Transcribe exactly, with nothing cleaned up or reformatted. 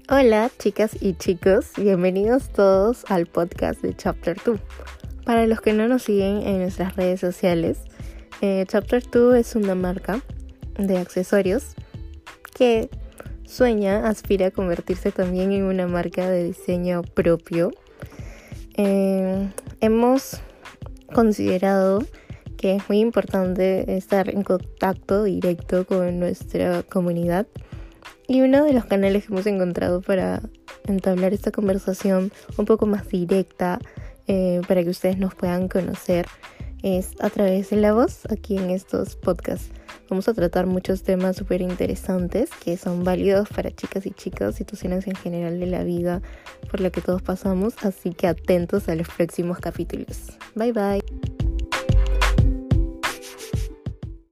Hola chicas y chicos, bienvenidos todos al podcast de Chapter dos. Para los que no nos siguen en nuestras redes sociales, eh, Chapter dos es una marca de accesorios que sueña, aspira a convertirse también en una marca de diseño propio. Eh, hemos considerado que es muy importante estar en contacto directo con nuestra comunidad. Y uno de los canales que hemos encontrado para entablar esta conversación un poco más directa, eh, para que ustedes nos puedan conocer, es a través de la voz aquí en estos podcasts. Vamos a tratar muchos temas súper interesantes que son válidos para chicas y chicos, situaciones en general de la vida por la que todos pasamos, así que atentos a los próximos capítulos. Bye bye.